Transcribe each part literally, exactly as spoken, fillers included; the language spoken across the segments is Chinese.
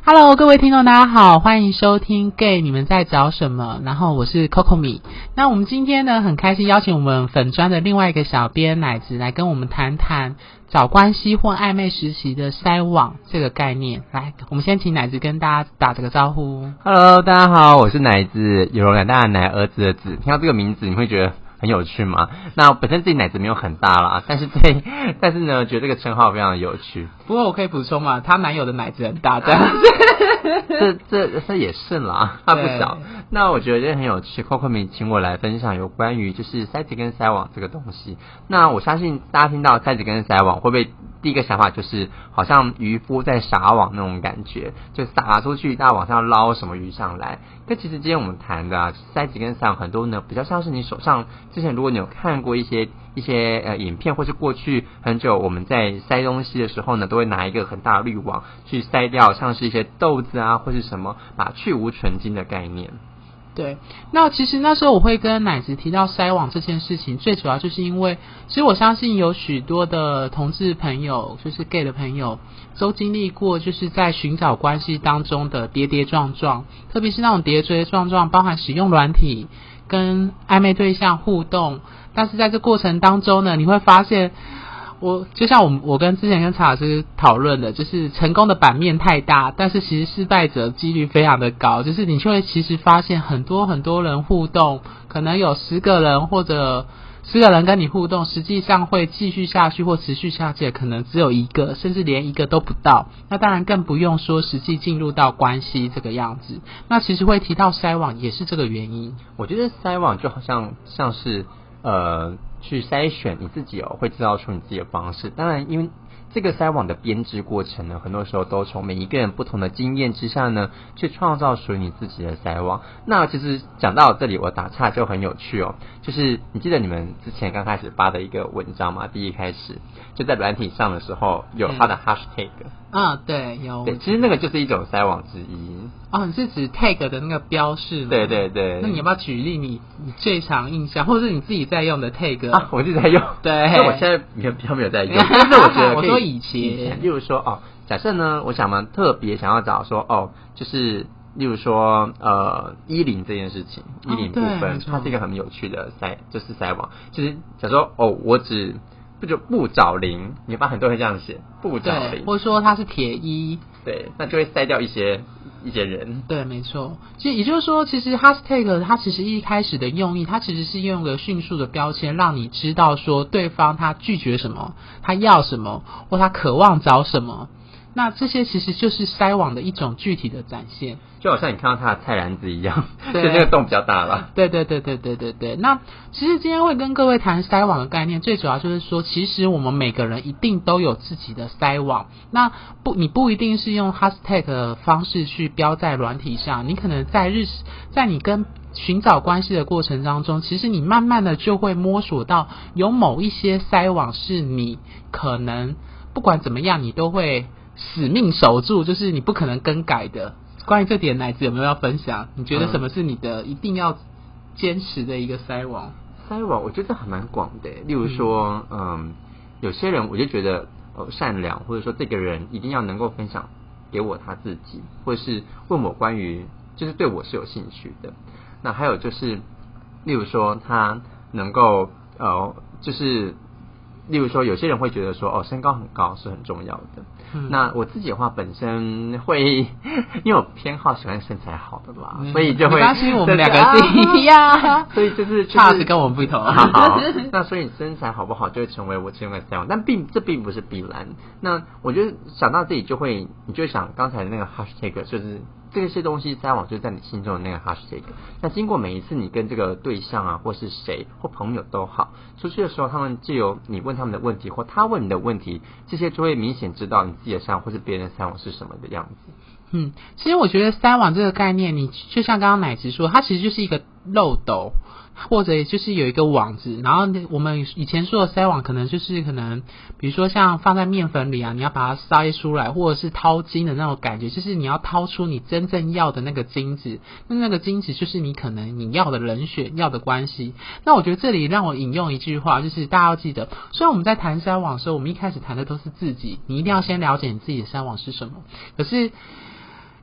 Hello， 各位听众大家好，欢迎收听 Gay 你们在找什么，然后我是 Coco 米。那我们今天呢很开心邀请我们粉专的另外一个小编奶子来跟我们谈谈找关系或暧昧时期的筛网这个概念。来，我们先请奶子跟大家打这个招呼。 Hello， 大家好，我是奶子，有容奶大的奶，儿子的子。听到这个名字你会觉得很有趣吗？那本身自己奶子没有很大啦，但是对，但是呢，觉得这个称号非常的有趣。 不过我可以补充嘛，她男友的奶子很大的。 这这这也是啦，他不小。那我觉得很有趣 ，Coco 米请我来分享有关于就是筛子跟筛网这个东西。那我相信大家听到筛子跟筛网，会不会第一个想法就是好像渔夫在撒网那种感觉，就撒出去，大家往上捞什么鱼上来？但其实今天我们谈的啊，筛子跟筛网很多呢，比较像是你手上之前如果你有看过一些一些呃影片，或是过去很久我们在筛东西的时候呢，都会拿一个很大的滤网去筛掉，像是一些豆子啊或是什么，把去无存精的概念。 对，那其实那时候我会跟奶子提到筛网这件事情，最主要就是因为，其实我相信有许多的同志朋友，就是 gay 的朋友，都经历过就是在寻找关系当中的跌跌撞撞，特别是那种跌跌撞撞，包含使用软体跟暧昧对象互动，但是在这过程当中呢，你会发现。我就像我我跟之前跟查老师讨论的，就是成功的版面太大，但是其实失败者几率非常的高，就是你就会其实发现很多很多人互动，可能有十个人或者十个人跟你互动，实际上会继续下去或持续下去，可能只有一个，甚至连一个都不到。那当然更不用说实际进入到关系这个样子。那其实会提到筛网也是这个原因。 我觉得筛网就好像像是呃。去筛选你自己哦，会制造出你自己的方式。当然，因为这个筛网的编织过程呢，很多时候都从每一个人不同的经验之下呢，去创造属于你自己的筛网。那其实讲到这里，我打岔就很有趣哦，就是你记得你们之前刚开始发的一个文章吗？第一开始就在软体上的时候有它的 hashtag。 啊，对，有。 对，其实那个就是一种筛网之一。 哦，你是指 tag 的那个标示吗？ 对对对。 那你要不要举例你你最常印象，或者是你自己在用的 tag？ 啊，我自己在用。 对。 那我现在比较没有在用，但是我觉得可以。 我说以前， 以前，例如说哦，假设呢，我想嘛特别想要找说哦，就是例如说呃衣领这件事情，衣领部分，它是一个很有趣的筛，就是筛网。就是假如说哦，我只不就不找零，你发很多人这样写，不找零， 或者说它是铁一， 对，那就会筛掉一些一些人。 对，没错。其实也就是说，其实 hashtag 它其实一开始的用意，它其实是用个迅速的标签，让你知道说对方他拒绝什么，他要什么，或他渴望找什么。那这些其实就是筛网的一种具体的展现， 就好像你看到他的菜篮子一样，就那个洞比较大了。 对对对对对对对。那其实今天会跟各位谈筛网的概念，最主要就是说，其实我们每个人一定都有自己的筛网。那不，你不一定是用 hashtag 的方式去标在软体上，你可能在日，在你跟寻找关系的过程当中，其实你慢慢的就会摸索到，有某一些筛网是你可能不管怎么样，你都会死命守住，就是你不可能更改的。关于这点，奶子有没有要分享？你觉得什么是你的一定要坚持的一个筛网？ 筛网我觉得还蛮广的，例如说，嗯，嗯有些人我就觉得呃善良，或者说这个人一定要能够分享给我他自己，或者是问我关于就是对我是有兴趣的。那还有就是，例如说他能够呃就是。例如说，有些人会觉得说，哦，身高很高是很重要的。嗯、那我自己的话，本身会，因为我偏好喜欢身材好的啦，嗯、所以就会。 没关系，我们两个是一样。 所以就是差是跟我们不同。 好好，那所以身材好不好，就会成为我其中的筛网，但并这并不是必然。那我觉得想到这里就会，你就会想刚才的那个 hashtag， 就是这些东西筛网就在你心中的那个 hashtag。那经过每一次你跟这个对象啊，或是谁或朋友都好，出去的时候，他们藉由你问他们的问题，或他问你的问题，这些就会明显知道你自己的筛网或是别人的筛网是什么的样子。 嗯，其实我觉得筛网这个概念，你就像刚刚奶子说，它其实就是一个漏斗，或者就是有一个网子，然后我们以前说的筛网可能就是可能比如说像放在面粉里啊，你要把它筛出来，或者是掏金的那种感觉，就是你要掏出你真正要的那个金子，那那个金子就是你可能你要的人选要的关系。那我觉得这里让我引用一句话，就是大家要记得，虽然我们在谈筛网的时候，我们一开始谈的都是自己，你一定要先了解你自己的筛网是什么，可是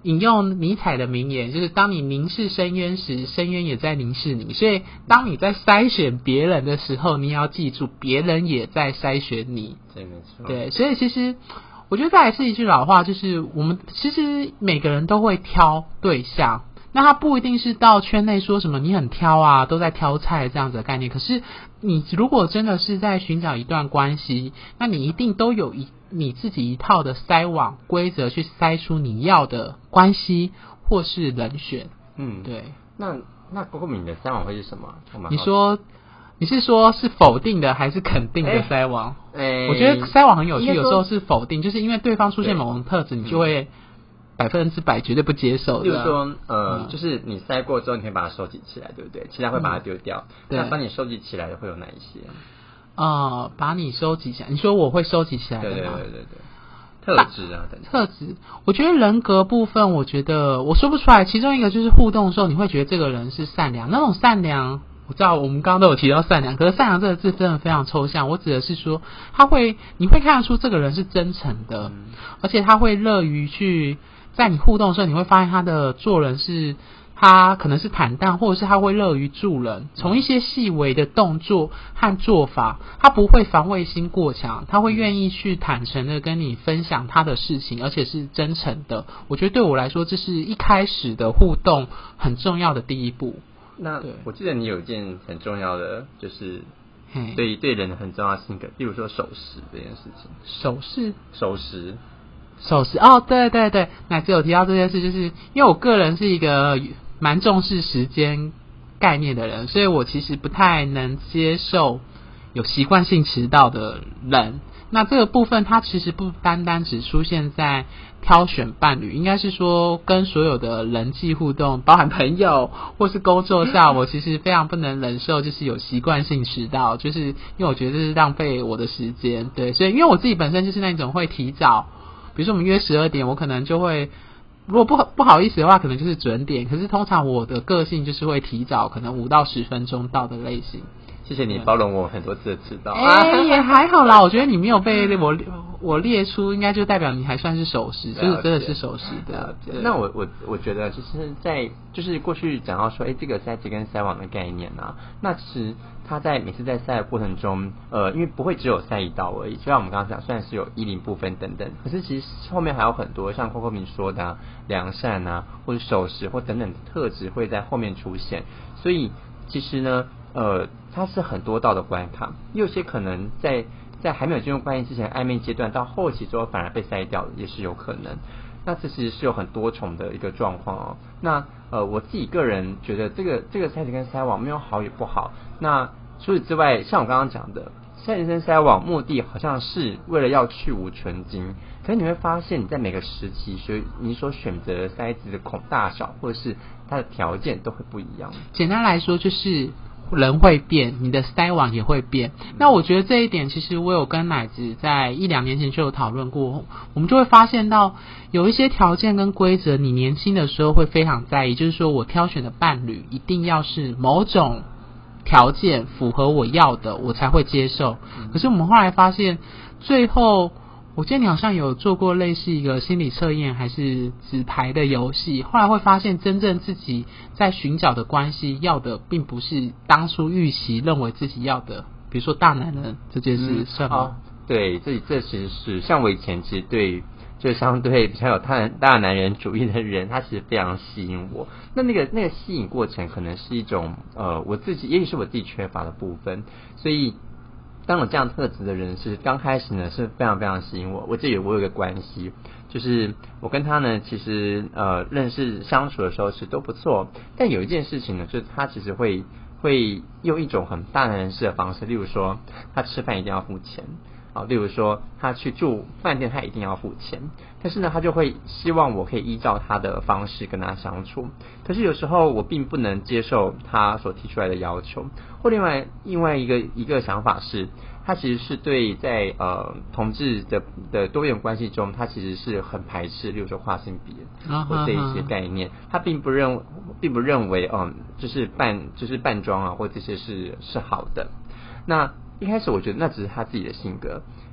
引用尼采的名言，就是当你凝视深渊时，深渊也在凝视你。所以当你在筛选别人的时候，你也要记住，别人也在筛选你。 对，没错。 对，所以其实我觉得这还是一句老话，就是我们其实每个人都会挑对象。那他不一定是到圈内说什么你很挑啊，都在挑菜这样子的概念。可是你如果真的是在寻找一段关系，那你一定都有一你自己一套的筛网规则去筛出你要的关系或是人选。 嗯， 对。 那那郭国敏的筛网会是什么？ 你说你是说是否定的还是肯定的筛网？ 欸欸、 我觉得筛网很有趣，有时候是否定，就是因为对方出现某种特质，你就会百分之百绝对不接受的。 例如说，呃、嗯，就是你筛过之后，你可以把它收集起来，对不对？其他会把它丢掉。嗯、那把你收集起来的会有哪一些？ 呃，把你收集起来，你说我会收集起来的吗？ 对对对对对。特质啊，等等特质，我觉得人格部分，我觉得我说不出来。其中一个就是互动的时候，你会觉得这个人是善良，那种善良。我知道我们刚刚都有提到善良，可是善良这个字真的非常抽象。我指的是说，他会，你会看得出这个人是真诚的，嗯、而且他会乐于去在你互动的时候，你会发现他的做人是，他可能是坦荡，或者是他会乐于助人。从一些细微的动作和做法，他不会防卫心过强，他会愿意去坦诚的跟你分享他的事情，而且是真诚的。我觉得对我来说，这是一开始的互动很重要的第一步。 那我记得你有一件很重要的，就是对对人很重要的性格，例如说守时这件事情。 守时， 守时， 守时哦，对对对，乃至有提到这件事，就是因为我个人是一个蛮重视时间概念的人，所以我其实不太能接受有习惯性迟到的人。那这个部分它其实不单单只出现在挑选伴侣，应该是说跟所有的人际互动，包含朋友或是工作上，我其实非常不能忍受就是有习惯性迟到，就是因为我觉得这是浪费我的时间。对，所以因为我自己本身就是那种会提早，比如说我们约十二点，我可能就会，如果不不好意思的话，可能就是准点，可是通常我的个性就是会提早可能五到十分钟到的类型。 谢谢你包容我很多次的迟到。 哎、欸，也还好啦，我觉得你没有被我我列出，应该就代表你还算是守时，就是真的是守时的。 那我我我觉得，就是在就是过去讲到说，哎、欸，这个筛子跟筛网的概念啊，那其实他在每次在筛的过程中，呃，因为不会只有筛一道而已，就像我们刚刚讲，虽然是有一零部分等等，可是其实后面还有很多像 Coco 明说的、啊、良善啊，或者守时或等等的特质会在后面出现，所以其实呢。呃，它是很多道的关卡，有些可能在在还没有进入关系之前暧昧阶段，到后期之后反而被筛掉了，也是有可能。那这其实是有很多重的一个状况哦。那呃，我自己个人觉得这个这个筛子跟筛网没有好与不好。那除此之外，像我刚刚讲的，筛子跟筛网目的好像是为了要去无存精，可是你会发现你在每个时期，所以你所选择的筛子的孔大小，或者是它的条件都会不一样。 简单来说就是。人会变，你的筛网也会变。那我觉得这一点，其实我有跟乃子在一两年前就有讨论过。我们就会发现到有一些条件跟规则，你年轻的时候会非常在意，就是说我挑选的伴侣一定要是某种条件符合我要的，我才会接受。可是我们后来发现，最后。我记得你好像有做过类似一个心理测验还是纸牌的游戏，后来会发现真正自己在寻找的关系要的并不是当初预期认为自己要的，比如说大男人这件事算吗？ 嗯哦、对，这这其实是像我以前其实对就相对比较有大大男人主义的人，他其实非常吸引我。那那个那个吸引过程可能是一种呃我自己也许是我自己缺乏的部分，所以。当有这样特质的人是刚开始呢是非常非常吸引我。我记得我有一个关系，就是我跟他呢其实呃认识相处的时候是都不错，但有一件事情呢，就是他其实会会用一种很大男人式的方式，例如说他吃饭一定要付钱。啊，例如说他去住饭店，他一定要付钱，但是呢，他就会希望我可以依照他的方式跟他相处。可是有时候我并不能接受他所提出来的要求，或另外另外一个一个想法是，他其实是对在呃同志的的多元关系中，他其实是很排斥，例如说跨性别或这一些概念，他并不认并不认为嗯，就是扮就是扮装啊或这些是是好的。那一开始我觉得那只是他自己的性格，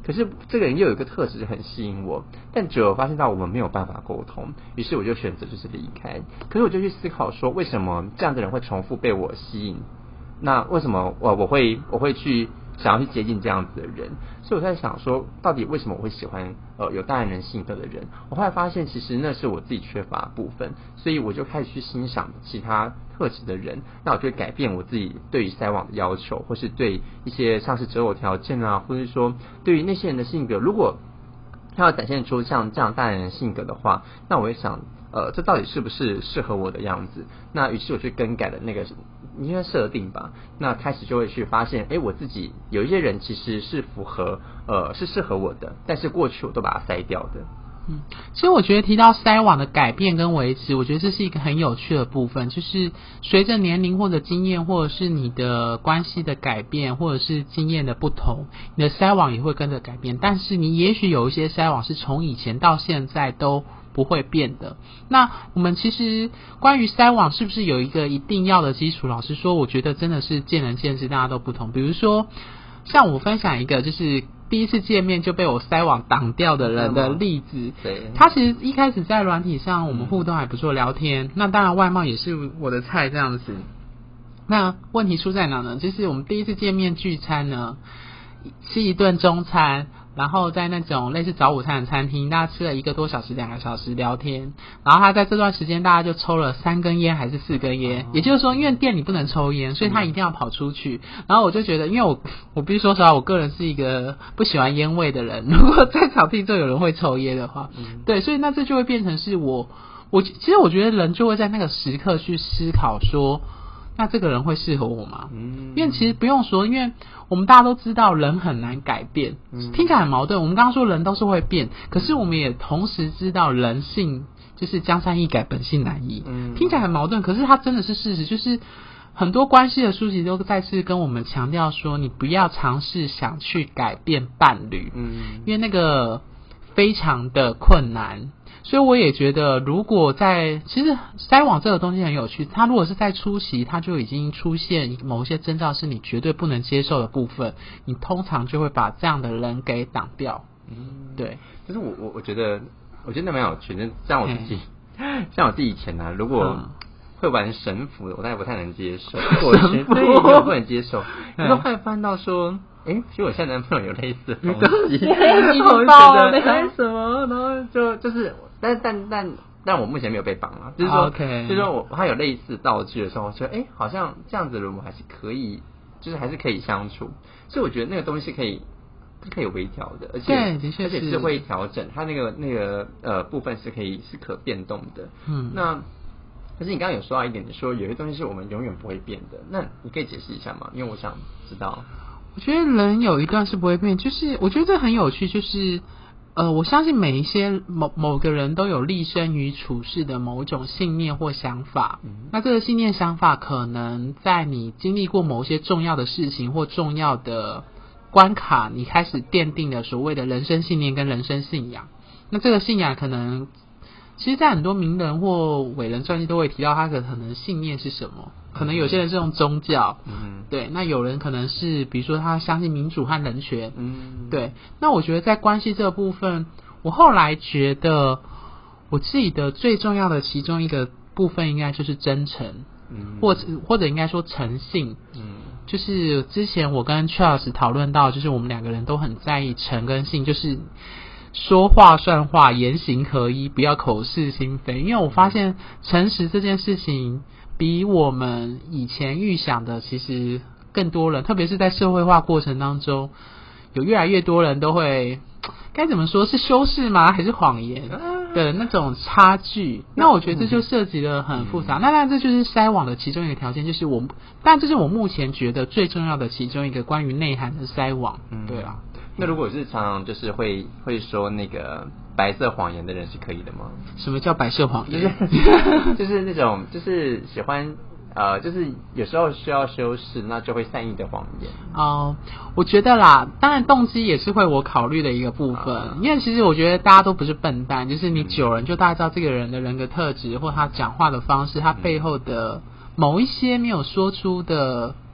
可是这个人又有一个特质很吸引我，但久了发现到我们没有办法沟通，于是我就选择就是离开。可是我就去思考说，为什么这样的人会重复被我吸引？那为什么我我会我会去想要去接近这样子的人？所以我在想说，到底为什么我会喜欢呃有大男人性格的人？我后来发现，其实那是我自己缺乏的部分，所以我就开始去欣赏其他特质的人。那我就会改变我自己对于筛网的要求，或是对一些像是择偶条件啊，或者说对于那些人的性格，如果他要展现出像这样大男人性格的话，那我会想，呃，这到底是不是适合我的样子？那于是我去更改了那个应该设定吧。那开始就会去发现，哎，我自己有一些人其实是符合，呃，是适合我的，但是过去我都把它筛掉的。 嗯，其实我觉得提到筛网的改变跟维持，我觉得这是一个很有趣的部分，就是随着年龄或者经验，或者是你的关系的改变，或者是经验的不同，你的筛网也会跟着改变。但是你也许有一些筛网是从以前到现在都不会变的。那我们其实关于筛网是不是有一个一定要的基础？老实说，我觉得真的是见仁见智，大家都不同。比如说，像我分享一个，就是第一次见面就被我筛网挡掉的人的例子。 对， 他其实一开始在软体上我们互动还不错，聊天，那当然外貌也是我的菜这样子。那问题出在哪呢？就是我们第一次见面聚餐呢，吃一顿中餐，然后在那种类似早午餐的餐厅，大家吃了一个多小时、两个小时聊天，然后他在这段时间大家就抽了三根烟还是四根烟，也就是说，因为店里不能抽烟，所以他一定要跑出去。然后我就觉得，因为我我必须说实话，我个人是一个不喜欢烟味的人。如果在场地中有人会抽烟的话，嗯、对，所以那这就会变成是我我其实我觉得人就会在那个时刻去思考说，那这个人会适合我吗？嗯，因为其实不用说，因为我们大家都知道人很难改变，嗯、听起来很矛盾。我们刚刚说人都是会变，可是我们也同时知道人性就是江山易改，本性难移。嗯，听起来很矛盾，可是它真的是事实。就是很多关系的书籍都再次跟我们强调说，你不要尝试想去改变伴侣，嗯，因为那个非常的困难。所以我也觉得，如果在其实筛网这个东西很有趣，它如果是在初期，它就已经出现某一些征兆是你绝对不能接受的部分，你通常就会把这样的人给挡掉。嗯，对。 可是我我我觉得，我觉得蛮有趣的。像我自己，像我自己以前呢、啊，如果会玩神符的，我当然不太能接受。神符对，我不能接受。然后后来翻到说。哎、欸，其实我现在男朋友有类似的东西，然后我就觉得为什么？然后就就是，但但但但我目前没有被绑了，就是说， okay. 就是说我他有类似道具的时候，我觉得哎、欸，好像这样子的人我还是可以，就是还是可以相处，所以我觉得那个东西是可以是可以微调的，而且对，的确是， 而且是会调整，它那个那个呃部分是可以是可变动的，嗯，那。可是你刚刚有说到一点，你说有些东西是我们永远不会变的，那你可以解释一下吗？因为我想知道。 我觉得人有一段是不会变，就是我觉得这很有趣，就是呃，我相信每一些某某个人都有立身于处世的某一种信念或想法。嗯、那这个信念想法可能在你经历过某一些重要的事情或重要的关卡，你开始奠定了所谓的人生信念跟人生信仰。那这个信仰可能。其实，在很多名人或伟人传记都会提到他的可能信念是什么。可能有些人是用宗教，嗯，对。那有人可能是，比如说他相信民主和人权，嗯，对。那我觉得在关系这个部分，我后来觉得我自己的最重要的其中一个部分，应该就是真诚，嗯，或者或者应该说诚信，嗯，就是之前我跟 Charles 讨论到，就是我们两个人都很在意诚跟信，就是。说话算话，言行合一，不要口是心非。因为我发现诚实这件事情比我们以前预想的其实更多人，特别是在社会化过程当中，有越来越多人都会该怎么说是修饰吗？还是谎言的那种差距？那我觉得这就涉及了很复杂。那当然这就是筛网的其中一个条件，就是我，但这是我目前觉得最重要的其中一个关于内涵的筛网。对啊。 那如果是常常就是会会说那个白色谎言的人是可以的吗？ 什么叫白色谎言？ 就是就是那种就是喜欢呃就是有时候需要修饰，那就会善意的谎言。 哦、呃，我觉得啦，当然动机也是会我考虑的一个部分，啊、因为其实我觉得大家都不是笨蛋，就是你久了你就大概知道这个人的人格特质或他讲话的方式，他背后的某一些没有说出的。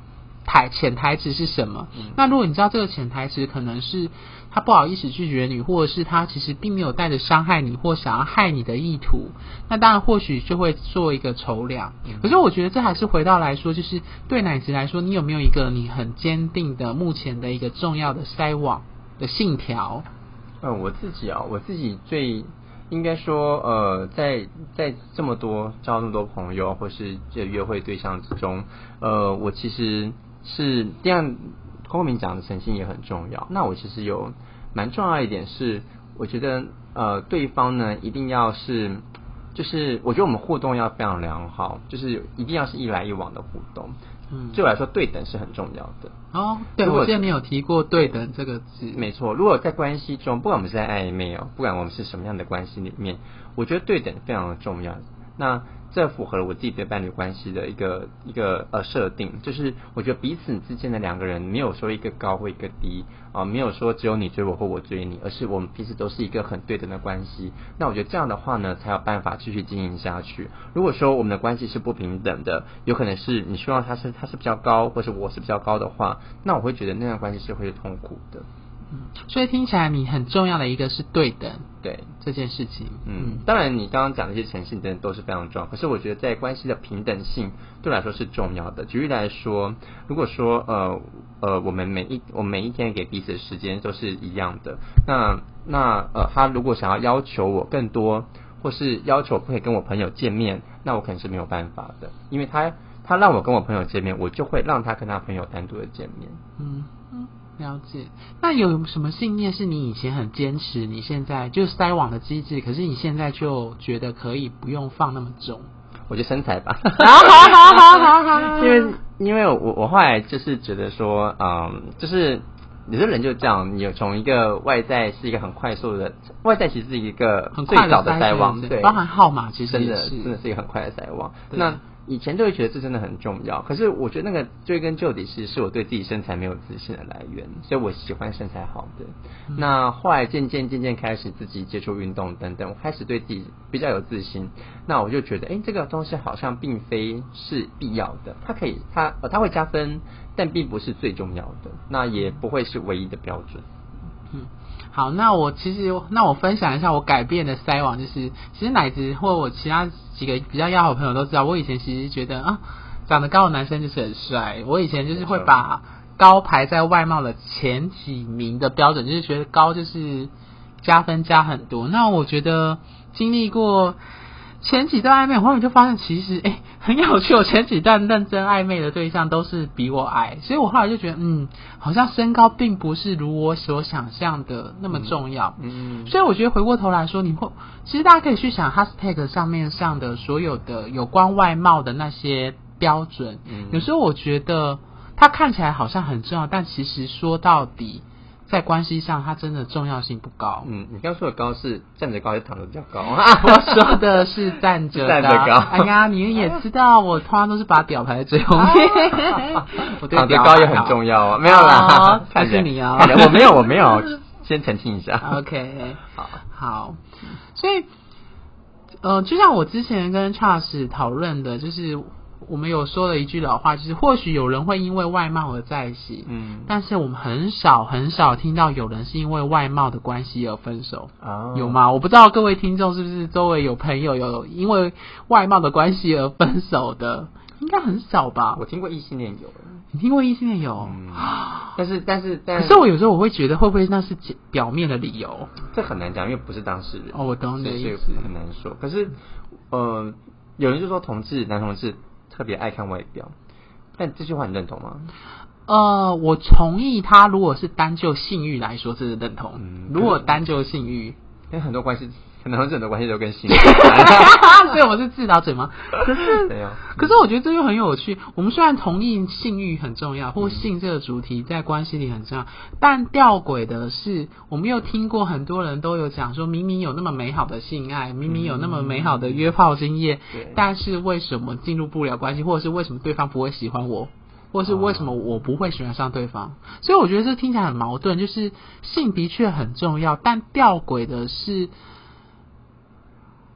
台潜台词是什么。 嗯、 那如果你知道这个潜台词可能是他不好意思拒绝你，或者是他其实并没有带着伤害你或想要害你的意图，那当然或许就会做一个筹量。 嗯、 可是我觉得这还是回到来说，就是对乃子来说，你有没有一个你很坚定的目前的一个重要的筛网的信条？ 嗯，我自己啊，我自己最应该说，呃，在在这么多交那么多朋友或是这约会对象之中，呃，我其实是这样，公明讲的诚信也很重要。那我其实有蛮重要一点是，我觉得呃，对方呢一定要是，就是我觉得我们互动要非常良好，就是一定要是一来一往的互动。嗯，对我来说，对等是很重要的。 哦，对，我记得你有提过对等这个字。 没错，如果在关系中，不管我们是在暧昧哦，不管我们是什么样的关系里面，我觉得对等非常的重要。那这符合了我自己对伴侣关系的一个一个呃设定，就是我觉得彼此之间的两个人没有说一个高或一个低啊、呃，没有说只有你追我或我追你，而是我们彼此都是一个很对等的关系。那我觉得这样的话呢，才有办法继续经营下去。如果说我们的关系是不平等的，有可能是你希望他是他是比较高，或是我是比较高的话，那我会觉得那样关系是会痛苦的。 嗯，所以听起来你很重要的一个是对等， 对这件事情。 嗯，当然你刚刚讲的一些诚信等等都是非常重要，可是我觉得在关系的平等性对我来说是重要的。举例来说，如果说呃呃我们每一我们每一天给彼此的时间都是一样的，那那呃他如果想要要求我更多，或是要求不可以跟我朋友见面，那我可能是没有办法的，因为他他让我跟我朋友见面，我就会让他跟他朋友单独的见面。 嗯嗯。了解。那有什么信念是你以前很坚持，你现在就是筛网的机制，可是你现在就觉得可以不用放那么重？ 我觉得身材吧。 好好好好好。 因为因为我我后来就是觉得说，嗯，就是有些人就这样，你从一个外在是一个很快速的，外在其实是一个最早的筛网，对， 包含号码其实真的真的是一个很快的筛网。那以前就会觉得这真的很重要，可是我觉得那个追根究底是是我对自己身材没有自信的来源，所以我喜欢身材好的。嗯、那后来渐渐渐渐开始自己接触运动等等，我开始对自己比较有自信，那我就觉得，哎，这个东西好像并非是必要的，它可以它呃它会加分，但并不是最重要的，那也不会是唯一的标准。 嗯。好，那我其实那我分享一下我改变的筛网，就是其实乃子或我其他几个比较要好的朋友都知道，我以前其实觉得啊，长得高的男生就是很帅，我以前就是会把高排在外貌的前几名的标准，就是觉得高就是加分加很多。那我觉得经历过前几段暧昧，后来就发现其实哎很有趣，我前几段认真暧昧的对象都是比我矮，所以我后来就觉得嗯，好像身高并不是如我所想象的那么重要。嗯，嗯所以我觉得回过头来说，你会其实大家可以去想 hashtag 上面上的所有的有关外貌的那些标准，嗯、有时候我觉得它看起来好像很重要，但其实说到底在关系上它真的重要性不高。 嗯，你刚说的高是站着高还是躺着比较高啊？我说的是站着站着高。 哎呀，你也知道我通常都是把屌排在最后面。我对躺着高也很重要啊，没有啦， 看是你啊， 我没有我没有，先澄清一下。 OK， 好，好，所以呃，就像我之前跟 Charles 讨论的，就是我们有说了一句老话，就是或许有人会因为外貌而在一起，嗯，但是我们很少很少听到有人是因为外貌的关系而分手，哦，有吗？我不知道各位听众是不是周围有朋友有因为外貌的关系而分手的，应该很少吧？ 我听过异性恋有， 你听过异性恋有？ 嗯，但是但是但可是我有时候我会觉得会不会那是表面的理由？ 这很难讲，因为不是当事人。 哦，我懂你的意思， 很难说。可是呃，有人就说同志男同志特别爱看外表，但这句话你认同吗？ 呃，我同意他如果是单就性欲来说，这是认同。嗯，如果单就性欲， 因为很多关系，很多很多关系都跟性欲所以我是自打嘴吗？可是， 对啊， 可是我觉得这又很有趣。我们虽然同意性欲很重要，或性这个主题在关系里很重要，但吊诡的是，我们又听过很多人都有讲说，明明有那么美好的性爱，明明有那么美好的约炮经验，嗯，但是为什么进入不了关系，或者是为什么对方不会喜欢我？或是为什么我不会喜欢上对方？所以我觉得这听起来很矛盾，就是性的确很重要，但吊诡的是，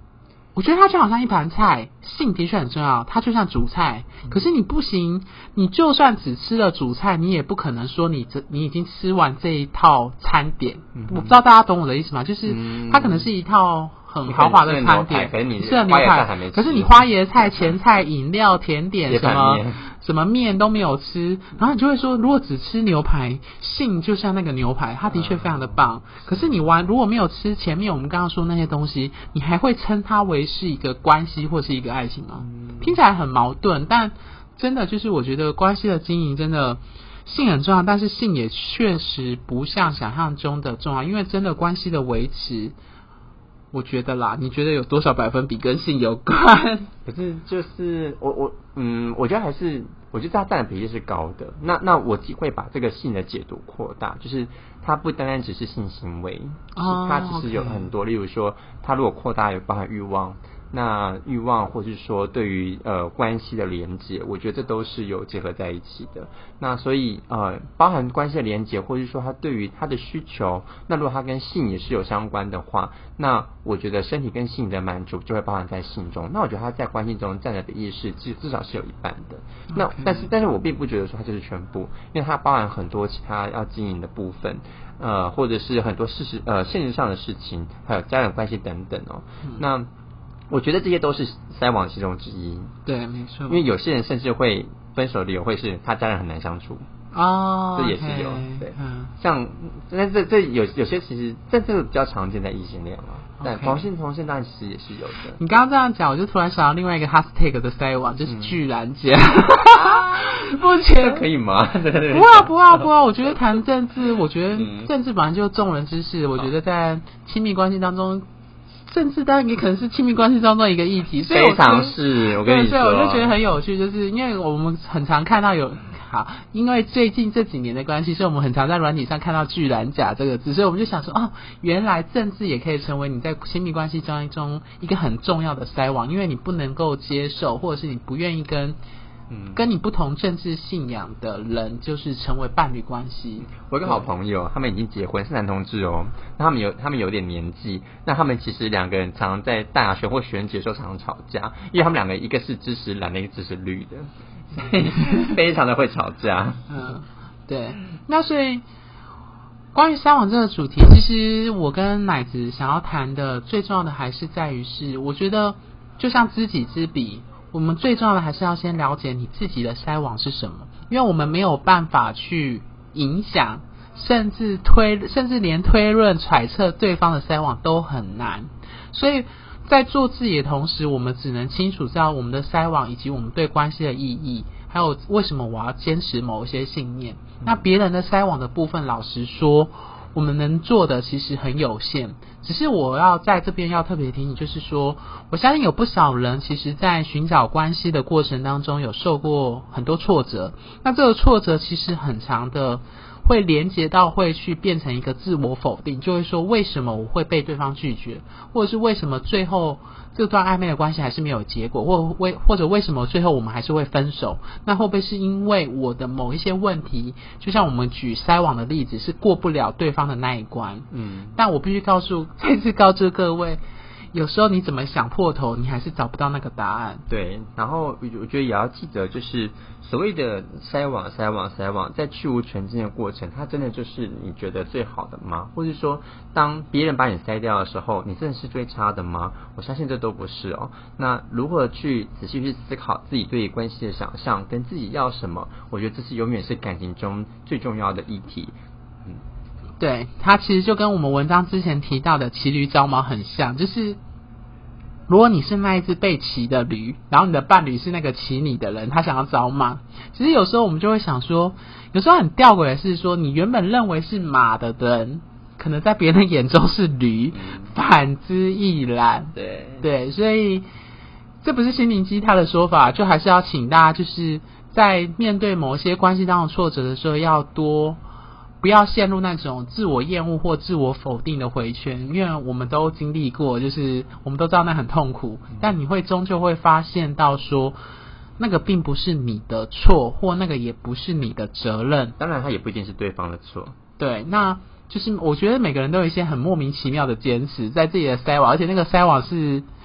我觉得它就好像一盘菜，性的确很重要，它就像主菜。可是你不行，你就算只吃了主菜，你也不可能说你这你已经吃完这一套餐点。嗯、我不知道大家懂我的意思吗？就是它可能是一套很豪华的餐点， 吃了牛排， 可是你花椰菜、前菜、饮料、甜点什么什么面都没有吃，然后你就会说，如果只吃牛排，性就像那个牛排，它的确非常的棒。可是你玩如果没有吃前面我们刚刚说那些东西，你还会称它为是一个关系或是一个爱情吗？听起来很矛盾，但真的就是我觉得关系的经营真的。性很重要，但是性也确实不像想象中的重要，因为真的关系的维持。我觉得啦，你觉得有多少百分比跟性有关？ 可是就是我我嗯，我觉得还是我觉得它占的比例是高的。那那我会把这个性的解读扩大，就是它不单单只是性行为，哦、它其实有很多， okay. 例如说，它如果扩大有包含欲望。那欲望或是说对于呃关系的连结，我觉得这都是有结合在一起的。那所以呃包含关系的连结，或是说他对于他的需求，那如果他跟性也是有相关的话，那我觉得身体跟性的满足就会包含在性中。那我觉得他在关系中占的比例是至至少是有一半的。Okay. 那但是但是我并不觉得说它就是全部，因为它包含很多其他要经营的部分。呃，或者是很多事实呃现实上的事情，还有家人关系等等哦。嗯、那我觉得这些都是筛网其中之一。 对，没错。 因为有些人甚至会分手的理由会是他家人很难相处。 哦， 这也是有。 okay, 对， 嗯， 像那这这有有些其实但这个比较常见在异性恋嘛，但同性同性当然其实也是有的。 你刚刚这样讲，我就突然想到另外一个 hashtag 的筛网，就是巨然家。目前可以吗？ 不啊不啊不啊！我觉得谈政治，我觉得政治本来就众人之事，我觉得在亲密关系当中。政治当然也可能是亲密关系当中一个议题，所以我非常是，我跟你说， 所以我就觉得很有趣，就是因为我们很常看到有好，因为最近这几年的关系，所以我们很常在软体上看到巨然甲这个字，所以我们就想说，哦，原来政治也可以成为你在亲密关系当中一个很重要的筛网，因为你不能够接受，或者是你不愿意跟。嗯，跟你不同政治信仰的人，就是成为伴侣关系。 我有个好朋友，他们已经结婚，是男同志哦。那他们有他们有点年纪，那他们其实两个人常常在大选或选举的时候常常吵架，因为他们两个一个是支持蓝的，一个支持绿的，所以非常的会吵架。 嗯，对。那所以关于筛网这个主题，其实我跟奶子想要谈的最重要的还是在于是，我觉得就像知己知彼。我们最重要的还是要先了解你自己的筛网是什么，因为我们没有办法去影响，甚至推，甚至连推论揣测对方的筛网都很难。所以在做自己的同时，我们只能清楚知道我们的筛网以及我们对关系的意义，还有为什么我要坚持某一些信念。那别人的筛网的部分，老实说，我们能做的其实很有限。只是我要在这边要特别提醒，就是说，我相信有不少人其实在寻找关系的过程当中有受过很多挫折，那这个挫折其实很长的会连结到会去变成一个自我否定，就会说为什么我会被对方拒绝，或者是为什么最后这段暧昧的关系还是没有结果，或为或者为什么最后我们还是会分手，那会不会是因为我的某一些问题，就像我们举筛网的例子，是过不了对方的那一关。嗯，但我必须告诉再次告知各位，有时候你怎么想破头，你还是找不到那个答案。 对，然后我觉得也要记得，就是所谓的筛网筛网筛网，在去无全境的过程，它真的就是你觉得最好的吗？或者说当别人把你筛掉的时候，你真的是最差的吗？我相信这都不是哦。那如何去仔细去思考自己对关系的想象跟自己要什么，我觉得这是永远是感情中最重要的议题。 嗯，对，它其实就跟我们文章之前提到的骑驴找马很像，就是如果你是那一只被骑的驴，然后你的伴侣是那个骑你的人，他想要找马，其实有时候我们就会想说，有时候很吊诡的是说，你原本认为是马的人，可能在别人眼中是驴，嗯、反之亦然。 对对，所以这不是心灵鸡汤的说法，就还是要请大家就是在面对某些关系当中挫折的时候，要多不要陷入那种自我厌恶或自我否定的回圈，因为我们都经历过，就是我们都知道那很痛苦，但你会终究会发现到说，那个并不是你的错，或那个也不是你的责任。 当然，它也不一定是对方的错。 对，那就是我觉得每个人都有一些很莫名其妙的坚持在自己的筛网，而且那个筛网是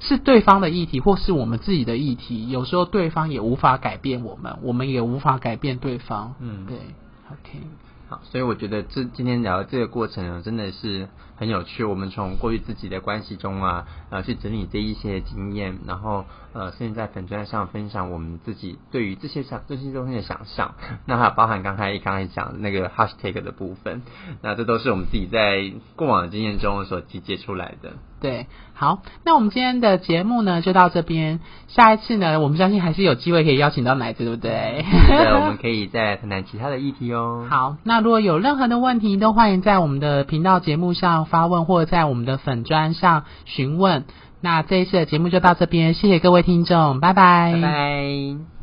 是对方的议题或是我们自己的议题，有时候对方也无法改变我们，我们也无法改变对方。 嗯， 对 ，OK。 好，所以我觉得这今天聊的这个过程呢，真的是很有趣。我们从过去自己的关系中啊，呃，去整理这一些经验，然后呃，甚至在粉专上分享我们自己对于这些想这些东西的想象。那还有包含刚才刚才讲的那个 hashtag 的部分，那这都是我们自己在过往的经验中所集结出来的。 对，好，那我们今天的节目呢就到这边。下一次呢，我们相信还是有机会可以邀请到奶子，对不对？ 对，我们可以再来谈谈其他的议题哦。 好，那如果有任何的问题，都欢迎在我们的频道节目上发问，或者在我们的粉专上询问。那这一次的节目就到这边，谢谢各位听众，拜拜。 拜拜。